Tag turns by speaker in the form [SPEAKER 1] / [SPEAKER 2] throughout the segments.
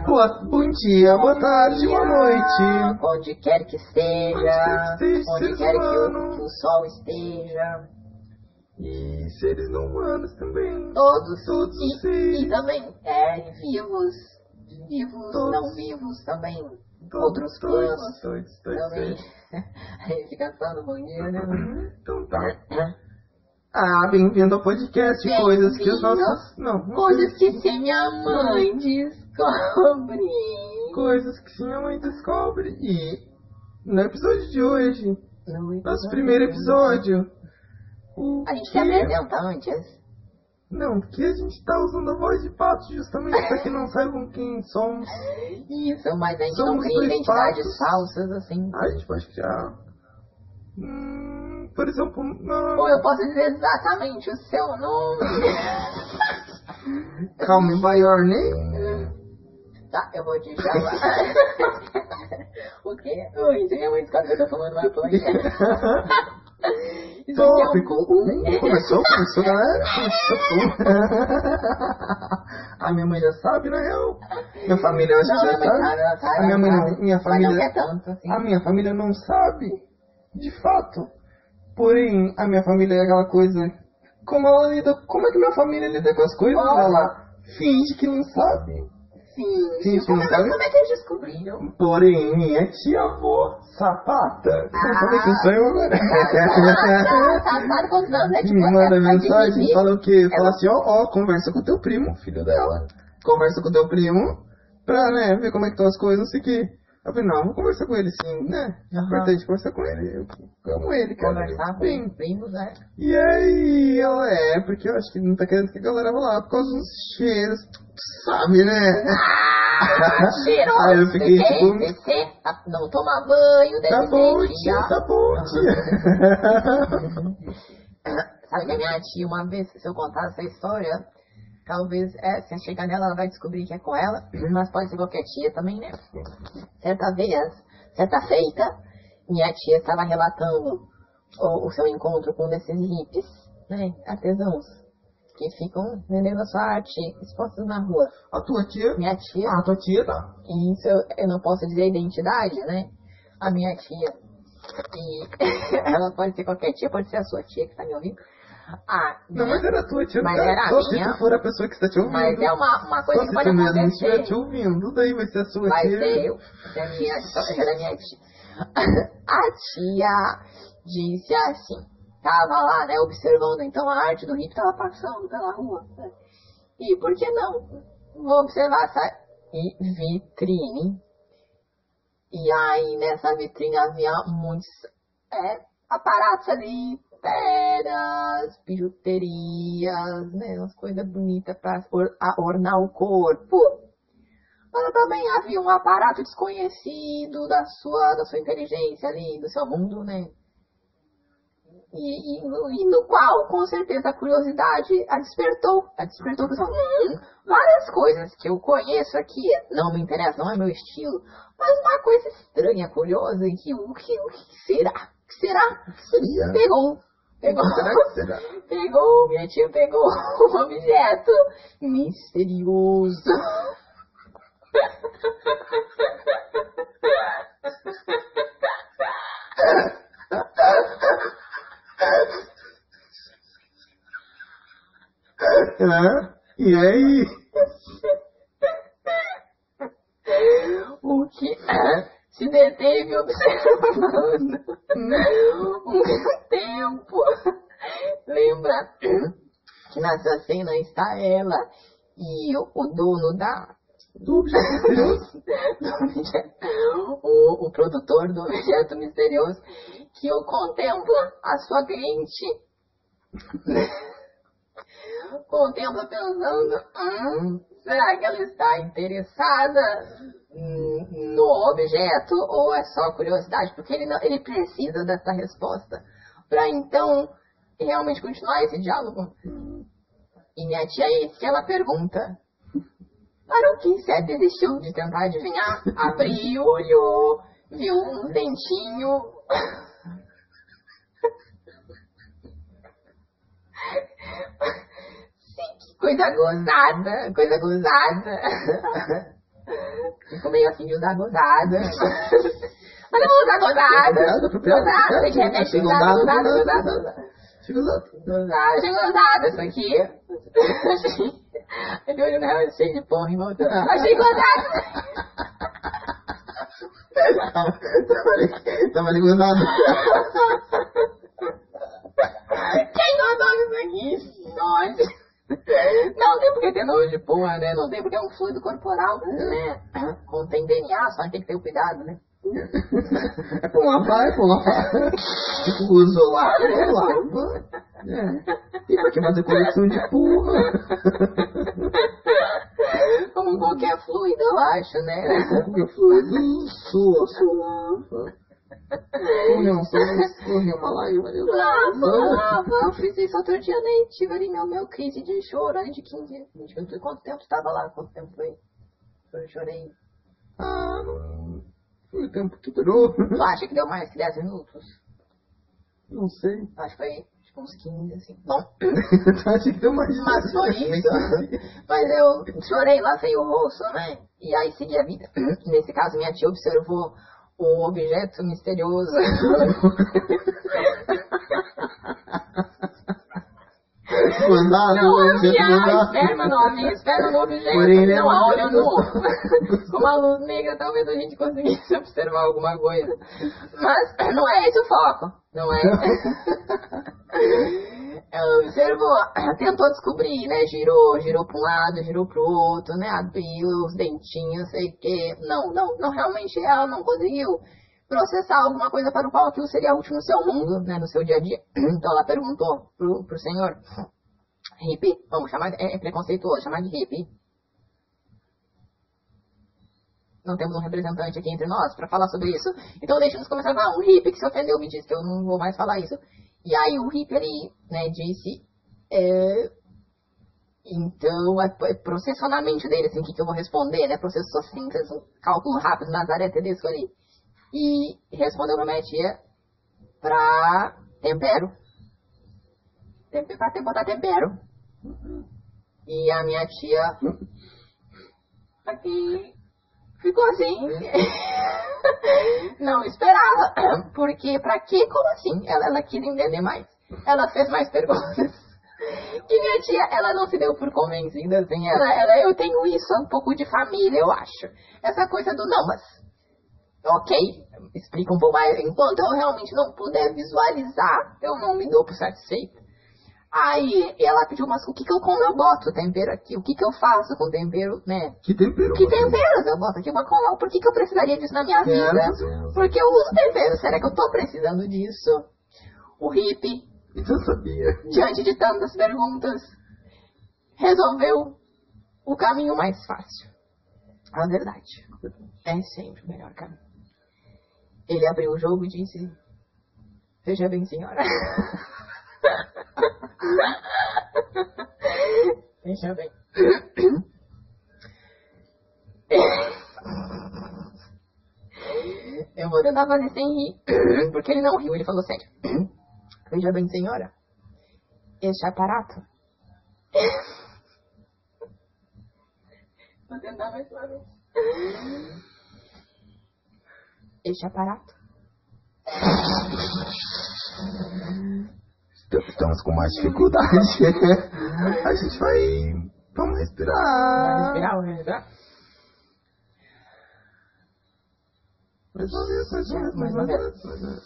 [SPEAKER 1] Bom dia, boa tarde, boa noite.
[SPEAKER 2] Onde quer que esteja, onde quer que o sol esteja.
[SPEAKER 1] E seres não humanos também.
[SPEAKER 2] Todos
[SPEAKER 1] sim.
[SPEAKER 2] E também vivos, não vivos também. Outros planos também. Aí fica só no bom dia, né?
[SPEAKER 1] Então tá. Bem-vindo ao podcast Coisas que os nossos...
[SPEAKER 2] Coisas que se minha mãe descobre.
[SPEAKER 1] Coisas que se minha mãe descobre. E no episódio de hoje, nosso primeiro episódio...
[SPEAKER 2] A gente se apresenta antes.
[SPEAKER 1] Não, porque a gente tá usando a voz de pato justamente para que não saibam quem somos.
[SPEAKER 2] Isso, mas a gente não cria identidades falsas assim.
[SPEAKER 1] A gente pode criar... por exemplo...
[SPEAKER 2] Ou eu posso dizer exatamente o seu nome.
[SPEAKER 1] Call me by your name.
[SPEAKER 2] Tá, eu vou te chamar. O quê? Oi, minha mãe descobre que eu tô tomando maconha.
[SPEAKER 1] Tópico 1. Começou, galera. A minha mãe já sabe, na real. Minha família acha que já sabe. A minha mãe não. Minha família. A minha família não sabe, de fato. Porém, a minha família é aquela coisa. Como é que minha família lida com as coisas? Ela finge que não sabe.
[SPEAKER 2] Finge que não sabe. Como é que eles descobriram?
[SPEAKER 1] Porém, minha tia-avó, sapata. Você sabe quem sou eu agora? Me manda mensagem, fala o quê? Fala assim, conversa com teu primo, filho dela. Conversa com teu primo, pra, ver como é que estão as coisas, não sei o quê. Eu falei, não, vou conversar com ele sim, né? É importante conversar com ele. Eu amo ele, cara.
[SPEAKER 2] Conversar com ele, primo, né?
[SPEAKER 1] E aí, porque eu acho que não tá querendo que a galera vá lá por causa dos cheiros, sabe, né?
[SPEAKER 2] Cheiroso.
[SPEAKER 1] Aí eu fiquei tipo...
[SPEAKER 2] não tomar banho,
[SPEAKER 1] Tá bom, tia.
[SPEAKER 2] Sabe que a minha tia, uma vez, se eu contar essa história... Talvez, se chegar nela, ela vai descobrir que é com ela. Mas pode ser qualquer tia também, né? Certa feita, minha tia estava relatando o seu encontro com um desses hippies, né? Artesãos, que ficam vendendo a sua arte expostos na rua.
[SPEAKER 1] A tua tia?
[SPEAKER 2] Minha tia.
[SPEAKER 1] A tua tia, tá.
[SPEAKER 2] Isso, eu não posso dizer a identidade, né? A minha tia. E ela pode ser qualquer tia, pode ser a sua tia que está me ouvindo.
[SPEAKER 1] Não, mas era a tua tia.
[SPEAKER 2] Mas era a minha.
[SPEAKER 1] Se for a pessoa que está te ouvindo.
[SPEAKER 2] Mas é uma coisa que pode acontecer.
[SPEAKER 1] Se mesmo estiver te ouvindo, daí vai ser a sua tia.
[SPEAKER 2] Vai ser eu. Da minha tia. A tia disse assim. Tava lá, né, observando então a arte do hippie, tava passando pela rua. Né? E por que não? Vou observar essa vitrine. E aí nessa vitrine havia muitos aparatos ali. Pedras, bijuterias, né, umas coisas bonitas para ornar o corpo. Mas também havia um aparato desconhecido da sua inteligência ali, do seu mundo, né? E no qual, com certeza, a curiosidade a despertou. Pensou, várias coisas que eu conheço aqui não me interessam, não é meu estilo. Mas uma coisa estranha, curiosa, o que será? O que seria? Minha tia pegou um objeto misterioso.
[SPEAKER 1] E aí?
[SPEAKER 2] O que se deteve observando um tempo. Lembra que nessa cena está ela e o dono do objeto, o produtor do objeto misterioso, que o contempla a sua cliente. Contempla pensando, será que ela está interessada no objeto ou é só curiosidade? Porque ele precisa dessa resposta para então realmente continuar esse diálogo. E minha tia que ela pergunta: para o que você desistiu de tentar adivinhar? Abriu, olhou, viu um dentinho. Sim, que coisa gozada. Fico meio assim de usar gozada. Mas eu vou usar gozada. Gozada, tem que remeter gozada. Chega gozada isso aqui. Ele olhou na cheio de porra em volta. Achei gozada.
[SPEAKER 1] Tava ali gozado.
[SPEAKER 2] Quem gozou isso aqui? Nossa. Não tem porque ter nojo de porra, né? Não tem porque é um fluido corporal, né? Contém DNA, só tem que ter o cuidado, né?
[SPEAKER 1] É pra lavar. Tipo, usou lá. E pra que fazer coleção de porra?
[SPEAKER 2] Como qualquer fluido, eu acho, né?
[SPEAKER 1] Qualquer fluido, sua. Correu uma lágrima.
[SPEAKER 2] Eu fiz isso outro dia, né? Tive ali meu crise de choro, né? De 15 anos. Quanto tempo tu tava lá? Quanto tempo foi? Eu chorei.
[SPEAKER 1] Não foi o tempo que durou.
[SPEAKER 2] Tu acha que deu mais que 10 minutos?
[SPEAKER 1] Não sei.
[SPEAKER 2] Acho que foi uns 15, assim. Bom.
[SPEAKER 1] Tu acha que deu mais?
[SPEAKER 2] Mas foi isso. Mas eu chorei lá sem o rosto, né? E aí segui a vida. Nesse caso, minha tia observou um objeto misterioso. Não havia esperma no objeto. Não há olho no ovo. Com uma luz negra, talvez a gente conseguisse observar alguma coisa. Mas não é esse o foco. Não é. Ela observou, tentou descobrir, né? Girou para um lado, girou para o outro, né? Abriu os dentinhos, sei o quê. Não, realmente ela não conseguiu processar alguma coisa para o qual aquilo seria útil no seu mundo, né? No seu dia a dia. Então ela perguntou pro senhor, hippie, vamos chamar, é preconceituoso, chamar de hippie. Não temos um representante aqui entre nós para falar sobre isso. Então deixa-nos começar a falar. Um hippie que se ofendeu me disse que eu não vou mais falar isso. E aí o hippie ali, né, disse, então é processionamento dele, assim, o que eu vou responder, né, processou síntese, um cálculo rápido, Nazaré Tedesco ali, e respondeu pra minha tia pra tempero, pra botar tempero, e a minha tia aqui ficou assim, não esperava, porque pra quê, como assim? Ela quis entender mais, ela fez mais perguntas, e minha tia, ela não se deu por convencida, assim, eu tenho isso, um pouco de família, eu acho, essa coisa do não, mas, ok, explica um pouco mais, enquanto eu realmente não puder visualizar, eu não me dou por satisfeito. Aí ela pediu, mas como eu boto tempero aqui? O que eu faço com tempero, né?
[SPEAKER 1] Que tempero?
[SPEAKER 2] Que temperos eu boto aqui? Por que eu precisaria disso na minha vida? Porque eu uso tempero. Será que eu tô precisando disso? O hippie,
[SPEAKER 1] eu sabia.
[SPEAKER 2] Diante de tantas perguntas, resolveu o caminho mais fácil. A verdade é sempre o melhor caminho. Ele abriu o jogo e disse, veja bem, senhora. Veja bem. Eu vou tentar fazer sem rir, porque ele não riu, ele falou sério. Veja bem, senhora, este aparato. Vou tentar mais uma vez. Este aparato.
[SPEAKER 1] Estamos com mais dificuldade. A gente vai... Vamos respirar.
[SPEAKER 2] Vamos respirar?
[SPEAKER 1] Mais uma vez.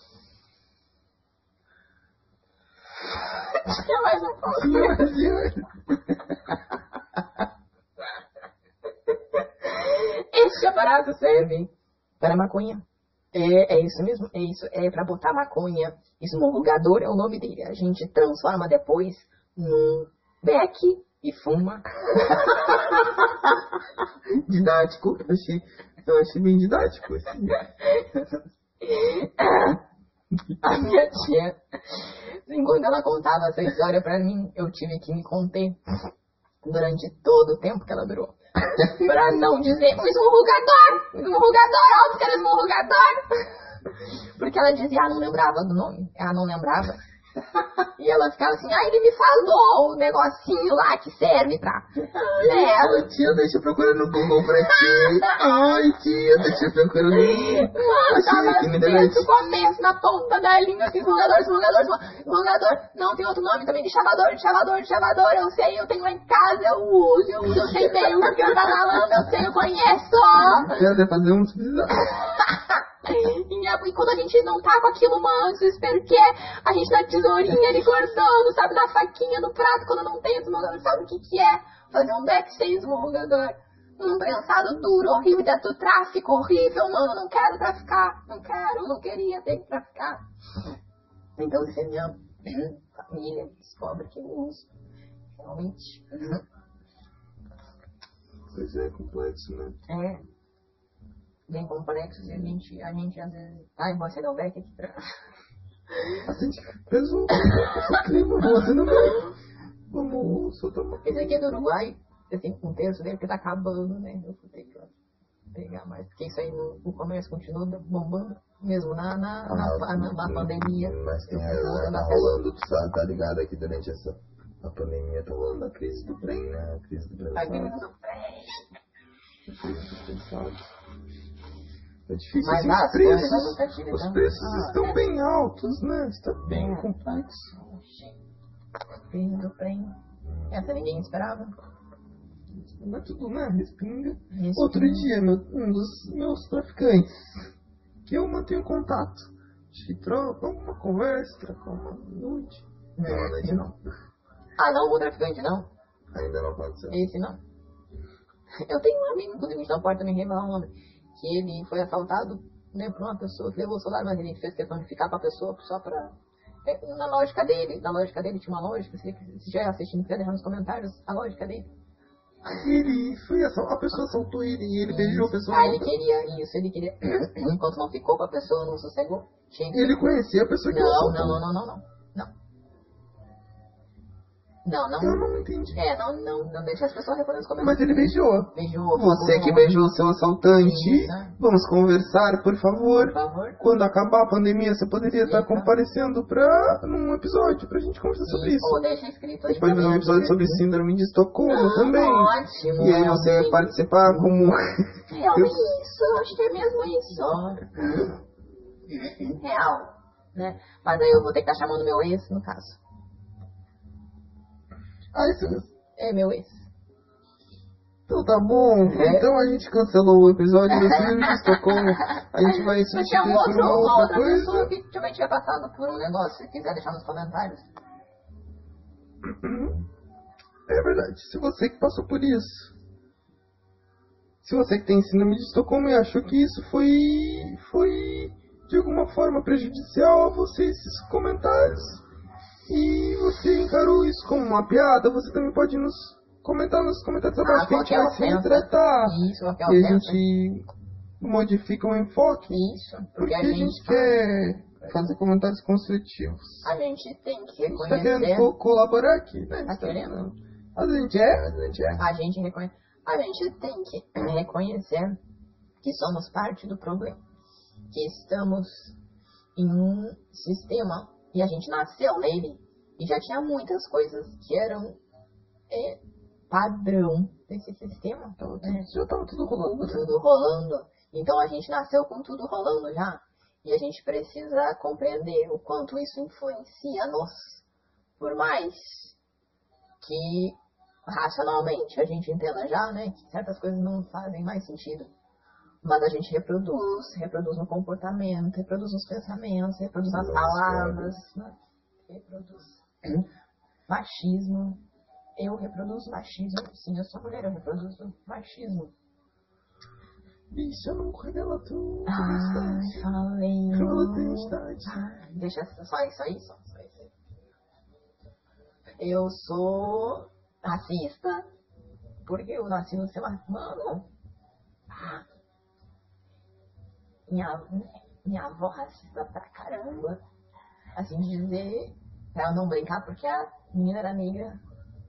[SPEAKER 2] Mais um pouco. Este aparato serve para maconha. É isso mesmo, é isso, é pra botar maconha. Esmurrugador é o nome dele. A gente transforma depois num beck e fuma.
[SPEAKER 1] Didático, eu achei bem didático. Assim.
[SPEAKER 2] A minha tia, enquanto ela contava essa história pra mim, eu tive que me conter durante todo o tempo que ela durou. Pra não dizer um esmurrugador, óbvio que era esmurrugador. Porque ela dizia, não lembrava do nome, ela não lembrava. E ela ficava assim, ele me falou o negocinho lá que serve pra...
[SPEAKER 1] Ai, tia, deixa eu procurar no Google pra ti. Ai, tia, deixa eu procurar no Google. Achei aqui na internet.
[SPEAKER 2] Desde o começo, na ponta da língua, assim, esmagador. Não, tem outro nome também, de chavador. Eu sei, eu tenho lá em casa, eu uso, eu sei bem o que eu tá falando, eu sei, eu conheço.
[SPEAKER 1] Deve fazer uns bizarros.
[SPEAKER 2] E quando a gente não tá com aquilo manso, espero que a gente dá tesourinha ali cortando, sabe, na faquinha no prato, quando não tem esmagador, sabe o que é? Fazer um back sem esmagador. Um prensado duro, horrível, dentro do tráfico, horrível, mano, não quero traficar, não queria ter que traficar. Então, se minha família descobre que eu uso, realmente...
[SPEAKER 1] Pois é complexo, né?
[SPEAKER 2] É bem complexo e a gente às vezes... você dá um back aqui pra...
[SPEAKER 1] Assim, pesou, esse clima, você não vai... Vamos soltar uma...
[SPEAKER 2] Esse aqui é do Uruguai, eu tenho um terço dele porque tá acabando, né? Eu vou ter que pegar mais, porque isso aí o comércio continua bombando, mesmo na pandemia.
[SPEAKER 1] Mas tá rolando, tu sabe, tá ligado aqui durante a pandemia, tá rolando a crise do trem, né? A crise do trem.
[SPEAKER 2] A crise do
[SPEAKER 1] trem. É difícil,
[SPEAKER 2] mas
[SPEAKER 1] assim, os preços estão bem altos, né? Está bem complexo.
[SPEAKER 2] Crise do trem. Essa ninguém esperava.
[SPEAKER 1] Mas tudo, né? Respinga. Outro dia, um dos meus traficantes, que eu mantenho contato, acho que troca uma conversa, troca uma noite. Não, a noite não.
[SPEAKER 2] Não, o traficante não.
[SPEAKER 1] Ainda não aconteceu.
[SPEAKER 2] Esse não. Eu tenho um amigo, inclusive, que não pode também revelar o nome, que ele foi assaltado, né, por uma pessoa que levou o celular, mas ele fez questão de ficar com a pessoa só pra... Na lógica dele tinha uma lógica, se já assistindo, quiser deixar nos comentários a lógica dele.
[SPEAKER 1] Ele foi a pessoa assaltou ele e ele beijou a pessoa.
[SPEAKER 2] Ele queria. Enquanto não ficou com a pessoa, não sossegou.
[SPEAKER 1] Ele conhecia a pessoa que
[SPEAKER 2] Não.
[SPEAKER 1] Eu não entendi.
[SPEAKER 2] Não deixa as pessoas responder os comentários.
[SPEAKER 1] Mas ele beijou. Você que beijou o seu assaltante, vamos conversar, por favor. Quando acabar a pandemia, você poderia estar comparecendo num episódio pra gente conversar sobre isso.
[SPEAKER 2] Ou deixa escrito aí.
[SPEAKER 1] Depois fazer um episódio sobre síndrome de Estocolmo também.
[SPEAKER 2] Ótimo.
[SPEAKER 1] E aí você vai participar como...
[SPEAKER 2] Isso, acho que é mesmo isso. Real. Né? Mas aí eu vou ter que estar chamando meu ex, no caso.
[SPEAKER 1] Isso
[SPEAKER 2] é meu ex.
[SPEAKER 1] Então tá bom. Então a gente cancelou o episódio do Síndrome de Estocolmo. A gente vai substituir por uma outra coisa.
[SPEAKER 2] Pessoa que também tinha passado por um negócio. Se quiser deixar nos comentários.
[SPEAKER 1] É verdade. Se você que passou por isso. Se você que tem Síndrome de Estocolmo e achou que isso foi de alguma forma prejudicial a você, esses comentários, e você encarou isso como uma piada, você também pode nos comentar nos comentários abaixo que a gente vai se retratar. E a gente modifica o enfoque.
[SPEAKER 2] Isso.
[SPEAKER 1] Porque a gente quer fazer comentários construtivos.
[SPEAKER 2] A gente tem que reconhecer.
[SPEAKER 1] A gente tá querendo colaborar aqui, né?
[SPEAKER 2] Tá querendo?
[SPEAKER 1] A gente é.
[SPEAKER 2] A gente tem que reconhecer que somos parte do problema. Que estamos em um sistema e a gente nasceu nele e já tinha muitas coisas que eram padrão desse sistema.
[SPEAKER 1] Já estava tudo rolando.
[SPEAKER 2] Tudo rolando. Então a gente nasceu com tudo rolando já. E a gente precisa compreender o quanto isso influencia-nos. Por mais que racionalmente a gente entenda já, né, que certas coisas não fazem mais sentido. Mas a gente reproduz no comportamento, reproduz nos pensamentos, reproduz nas palavras, né? Reproduz machismo. Eu reproduzo machismo. Sim, eu sou mulher, eu reproduzo machismo.
[SPEAKER 1] Bicho, não revela tudo.
[SPEAKER 2] Falei.
[SPEAKER 1] Revela tua identidade.
[SPEAKER 2] Deixa só isso aí. Eu sou racista porque eu nasci no semana. Mano. Minha avó racista pra caramba. Assim dizer, pra eu não brincar, porque a menina era negra.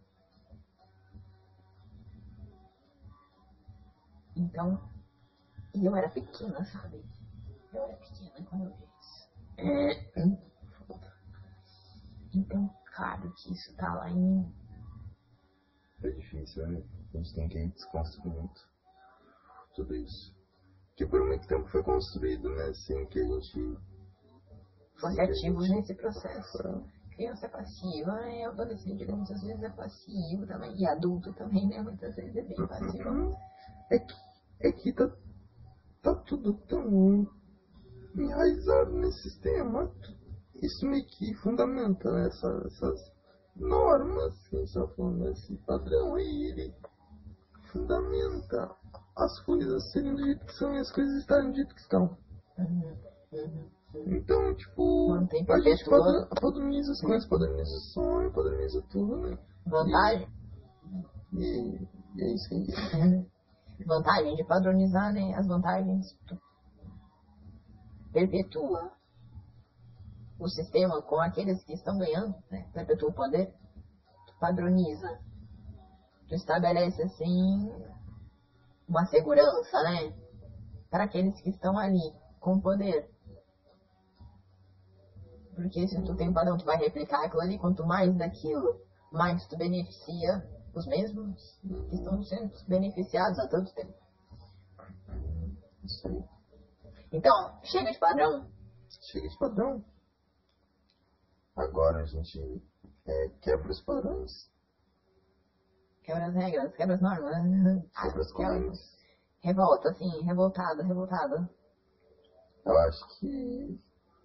[SPEAKER 2] Então, e eu era pequena, sabe? Eu era pequena quando eu vi isso. Então, claro que isso tá lá em mim.
[SPEAKER 1] É difícil, né? A gente tem que ir desconstruir muito tudo isso. Que por muito tempo foi construído, né? Sem que a gente
[SPEAKER 2] fosse ativo nesse processo. Criança é passiva, adolescente muitas vezes é passivo também. E adulto também, né? Muitas vezes é bem passivo.
[SPEAKER 1] É que tá tudo tão enraizado nesse sistema. Isso meio que fundamenta, né? Essas normas que a gente tá falando, esse padrão aí, ele fundamenta as coisas serem do jeito que são e as coisas estarem do jeito que estão. Então, tipo, a gente padroniza as coisas, padroniza o sonho, padroniza tudo, né?
[SPEAKER 2] Vantagem?
[SPEAKER 1] E é isso aí.
[SPEAKER 2] Vantagem de padronizar, né? As vantagens. Tu perpetua o sistema com aqueles que estão ganhando, né? Perpetua o poder. Tu padroniza. Tu estabelece, assim, uma segurança, né? Para aqueles que estão ali com poder. Porque se tu tem um padrão, tu vai replicar aquilo ali. Quanto mais daquilo, mais tu beneficia os mesmos que estão sendo beneficiados há tanto tempo.
[SPEAKER 1] Isso aí.
[SPEAKER 2] Então, chega de padrão.
[SPEAKER 1] Chega de padrão. Agora a gente quebra os padrões.
[SPEAKER 2] Quebra as regras, quebra as normas.
[SPEAKER 1] Quebra as coisas.
[SPEAKER 2] Revolta, assim, revoltada.
[SPEAKER 1] Eu acho que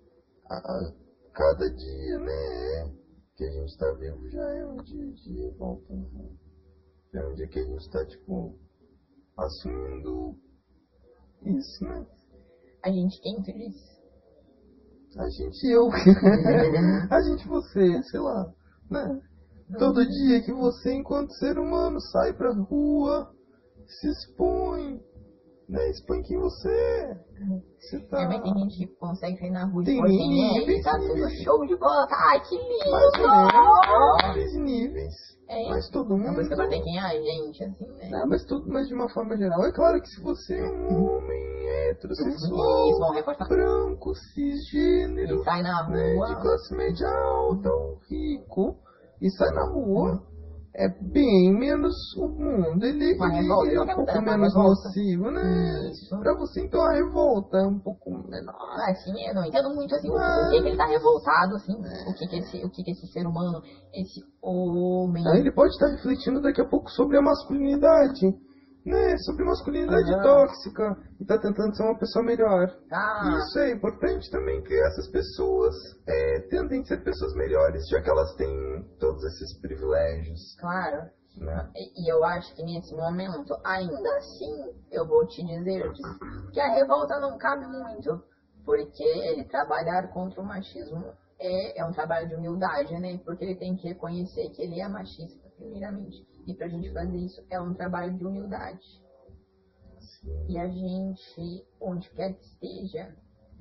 [SPEAKER 1] cada dia, né, que a gente tá vivo já é um dia de revolta. Né? É um dia que a gente tá, tipo, assumindo isso, né?
[SPEAKER 2] A gente é infeliz.
[SPEAKER 1] A gente, eu. A gente, você, sei lá, né? Todo dia que você, enquanto ser humano, sai pra rua, se expõe, né? Expõe quem você é. Você tá...
[SPEAKER 2] mas tem gente que consegue sair na rua
[SPEAKER 1] tem
[SPEAKER 2] e
[SPEAKER 1] níveis,
[SPEAKER 2] tá tudo show de bola. Ai, que lindo!
[SPEAKER 1] Mais níveis. Mas todo mundo...
[SPEAKER 2] Não precisa bater quem é, gente, assim, né?
[SPEAKER 1] Não, mas de uma forma geral. É claro que se você é um homem heterossexual, branco, cisgênero,
[SPEAKER 2] e sai na rua,
[SPEAKER 1] né, de classe média alta ou rico, e sai na rua, é bem menos o mundo. Ele é um pouco menos nocivo, né? Isso. Pra você, então, a revolta é um pouco menor.
[SPEAKER 2] Assim, eu não entendo muito, assim, o que ele tá revoltado, assim, o que esse ser humano, esse homem...
[SPEAKER 1] Ele pode estar refletindo daqui a pouco sobre a masculinidade, né? Sobre masculinidade tóxica, e tá tentando ser uma pessoa melhor. Isso é importante também, que essas pessoas tentem ser pessoas melhores, já que elas têm todos esses privilégios.
[SPEAKER 2] Claro.
[SPEAKER 1] Né?
[SPEAKER 2] E eu acho que nesse momento, ainda assim, eu vou te dizer que a revolta não cabe muito, porque ele trabalhar contra o machismo é um trabalho de humildade, né? Porque ele tem que reconhecer que ele é machista, primeiramente. E pra gente fazer isso é um trabalho de humildade. Sim. E a gente, onde quer que esteja,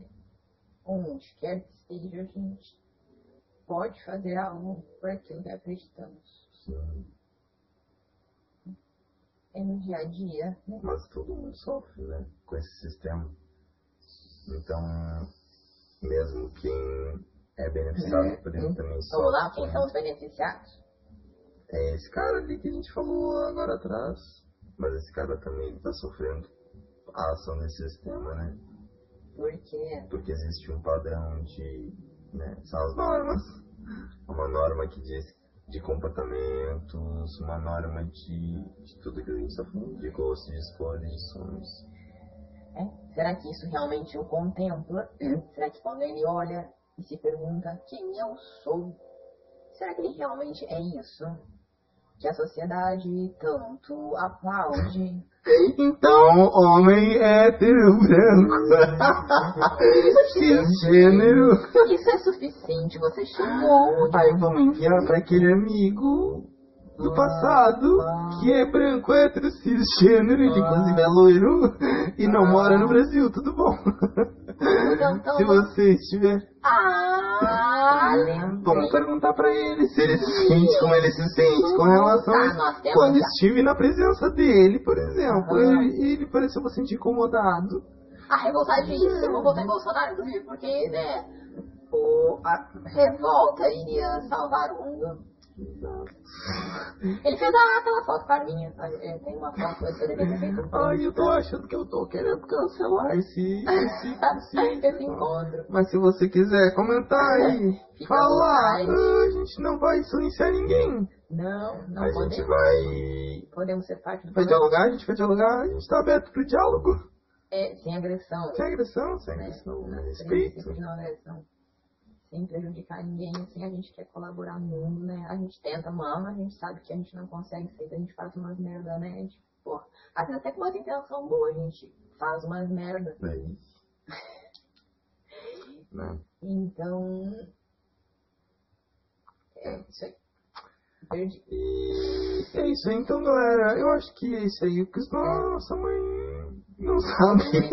[SPEAKER 2] a gente pode fazer algo por aquilo que acreditamos.
[SPEAKER 1] Sim.
[SPEAKER 2] É no dia a dia, né?
[SPEAKER 1] Mas todo mundo sofre, né? Com esse sistema. Então, mesmo quem é beneficiado por ele também sofre.
[SPEAKER 2] Vamos lá, quem são os beneficiados?
[SPEAKER 1] É esse cara ali que a gente falou agora atrás. Mas esse cara também está sofrendo a ação desse sistema, né?
[SPEAKER 2] Por quê?
[SPEAKER 1] Porque existe um padrão de... né? São as normas. Uma norma que diz de comportamentos, uma norma de tudo que a gente está falando, de gosto, de escolha, de sonhos.
[SPEAKER 2] Será que isso realmente o contempla? Será que quando ele olha e se pergunta quem eu sou, será que ele realmente é isso que a sociedade tanto aplaude?
[SPEAKER 1] Então, homem hétero branco, cisgênero.
[SPEAKER 2] Isso é suficiente, você chamou.
[SPEAKER 1] Aí vamos enviar para aquele amigo do passado, que é branco, hétero, cisgênero, ele inclusive é loiro e não mora no Brasil, tudo bom?
[SPEAKER 2] Então,
[SPEAKER 1] se você estiver...
[SPEAKER 2] lembrei.
[SPEAKER 1] Vamos perguntar pra ele se ele se sente como ele se sente com relação a quando estive na presença dele, por exemplo. Ele pareceu bastante incomodado.
[SPEAKER 2] Revoltadíssimo, vou votar em Bolsonaro, inclusive, porque, né, a revolta iria salvar o mundo. Ele fez aquela foto com a minha. Tem uma foto, eu devia ter feito.
[SPEAKER 1] Ai, eu tô achando que eu tô querendo cancelar esse
[SPEAKER 2] encontro.
[SPEAKER 1] Mas se você quiser comentar aí, falar, a gente não vai silenciar ninguém.
[SPEAKER 2] Não
[SPEAKER 1] a
[SPEAKER 2] podemos.
[SPEAKER 1] Gente vai...
[SPEAKER 2] Podemos ser parte do
[SPEAKER 1] vai dialogar, a gente tá aberto pro diálogo.
[SPEAKER 2] Sem agressão.
[SPEAKER 1] Sem agressão. Respeito.
[SPEAKER 2] Sem agressão. Sem prejudicar ninguém, assim, a gente quer colaborar no mundo, né? A gente tenta, mano, a gente sabe que a gente não consegue sempre, a gente faz umas merda, né? Tipo, pô, às vezes até com uma intenção boa, a gente faz umas merda.
[SPEAKER 1] É isso. Não.
[SPEAKER 2] Então, é isso aí. Perdi.
[SPEAKER 1] E é isso aí, então, galera. Eu acho que é isso aí. Porque nossa mãe não sabe.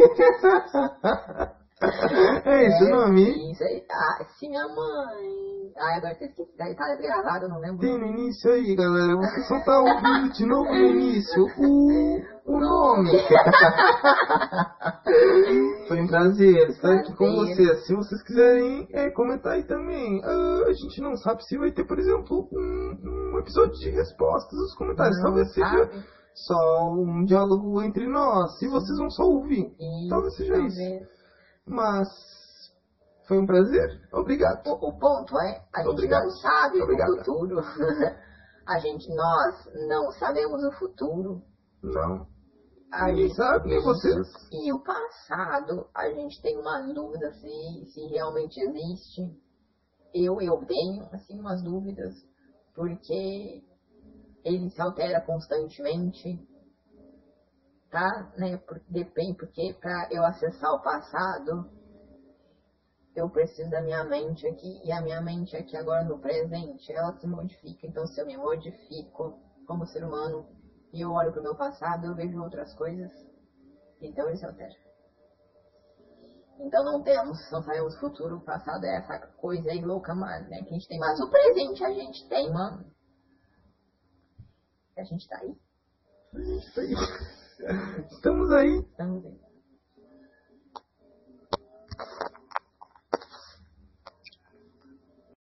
[SPEAKER 1] É esse o nome?
[SPEAKER 2] Isso aí. Sim, a mãe. Agora você esqueci. Daí tá gravado, eu não lembro.
[SPEAKER 1] Tem no início aí, galera. Você só tá ouvindo de novo no início o nome. Foi um prazer estar aqui com vocês. Se vocês quiserem comentar aí também. A gente não sabe se vai ter, por exemplo, um episódio de respostas nos comentários. Talvez seja só um diálogo entre nós. Se vocês vão só ouvir. Talvez seja isso. Mas foi um prazer. Obrigado.
[SPEAKER 2] O ponto é, a gente não sabe o futuro. Nós não sabemos o futuro.
[SPEAKER 1] Não. Ninguém sabe, nem vocês.
[SPEAKER 2] E o passado, a gente tem umas dúvidas se realmente existe. Eu tenho, assim, umas dúvidas, porque ele se altera constantemente. Tá, né? Depende, porque para eu acessar o passado, eu preciso da minha mente aqui, e a minha mente aqui agora no presente, ela se modifica. Então, se eu me modifico como ser humano e eu olho para o meu passado, eu vejo outras coisas, então ele se altera. Então não sabemos o futuro, o passado é essa coisa aí louca, mano, né, que a gente tem, mas o presente a gente tem, mano. A gente tá aí.
[SPEAKER 1] Estamos aí.
[SPEAKER 2] Estamos aí.